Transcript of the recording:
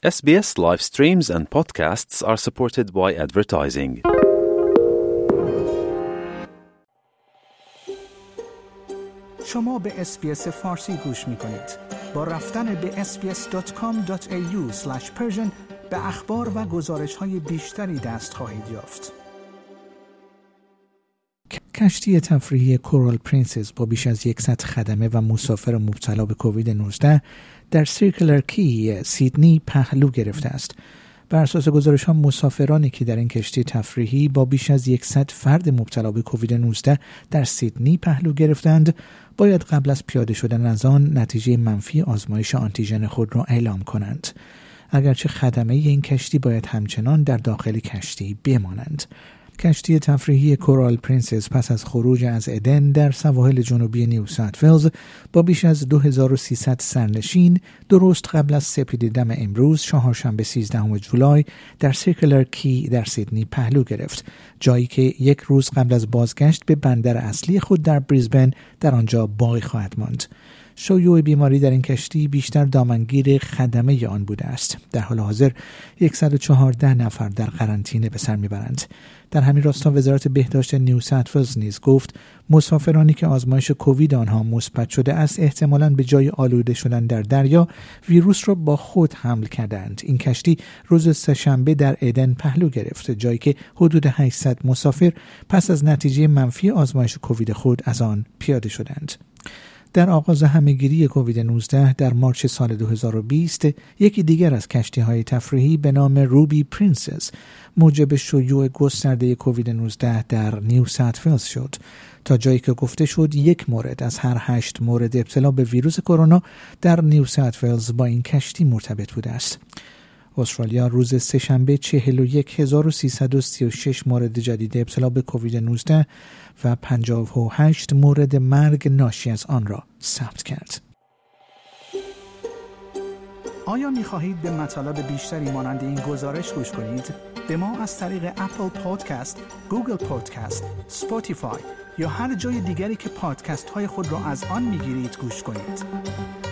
SBS live streams and podcasts are supported by advertising. شما به SBS فارسی گوش می‌کنید. با رفتن به sbs.com.au/persian به اخبار و گزارش‌های بیشتری دست خواهید یافت. کشتی تفریحی کورال پرنسس با بیش از 100 خدمه و مسافر مبتلا به کووید 19 در سیرکلر کی سیدنی پهلو گرفته است. بر اساس گزارش‌ها مسافرانی که در این کشتی تفریحی با بیش از 100 فرد مبتلا به کووید 19 در سیدنی پهلو گرفتند باید قبل از پیاده شدن از آن نتیجه منفی آزمایش آنتیژن خود را اعلام کنند. اگرچه خدمه این کشتی باید همچنان در داخل کشتی بمانند. کشتی تفریحی کورال پرنسس پس از خروج از ادن در سواحل جنوبی نیو ساوت ولز با بیش از 2300 سرنشین درست قبل از سپیده‌دم امروز چهارشنبه 13 جولای در سیرکلر کی در سیدنی پهلو گرفت، جایی که یک روز قبل از بازگشت به بندر اصلی خود در بریزبن در آنجا باقی خواهد ماند. شیوع بیماری در این کشتی بیشتر دامنگیر خدمه آن بوده است. در حال حاضر 114 نفر در قرنطینه به سر میبرند. در همین راستا وزارت بهداشت نیو ساوت ولز نیز گفت مسافرانی که آزمایش کووید آنها مثبت شده است احتمالاً به جای آلوده شدن در دریا ویروس را با خود حمل کردند. این کشتی روز سه‌شنبه در ادن پهلو گرفت، جایی که حدود 800 مسافر پس از نتیجه منفی آزمایش کووید خود از آن پیاده شدند. در آغاز همه‌گیری کووید 19 در مارچ سال 2020 یکی دیگر از کشتی‌های تفریحی به نام روبی پرنسس موجب شیوع گسترده کووید 19 در نیو ساوت ولز شد، تا جایی که گفته شد 1 مورد از هر 8 مورد ابتلا به ویروس کرونا در نیو ساوت ولز با این کشتی مرتبط بوده است. استرالیا روز سه‌شنبه 41336 مورد جدید ابتلا به کووید 19 و 58 مورد مرگ ناشی از آن را ثبت کرد. آیا می‌خواهید به مطالب بیشتری مانند این گزارش گوش کنید؟ به ما از طریق اپل پادکست، گوگل پادکست، اسپاتیفای یا هر جای دیگری که پادکست‌های خود را از آن می‌گیرید گوش کنید.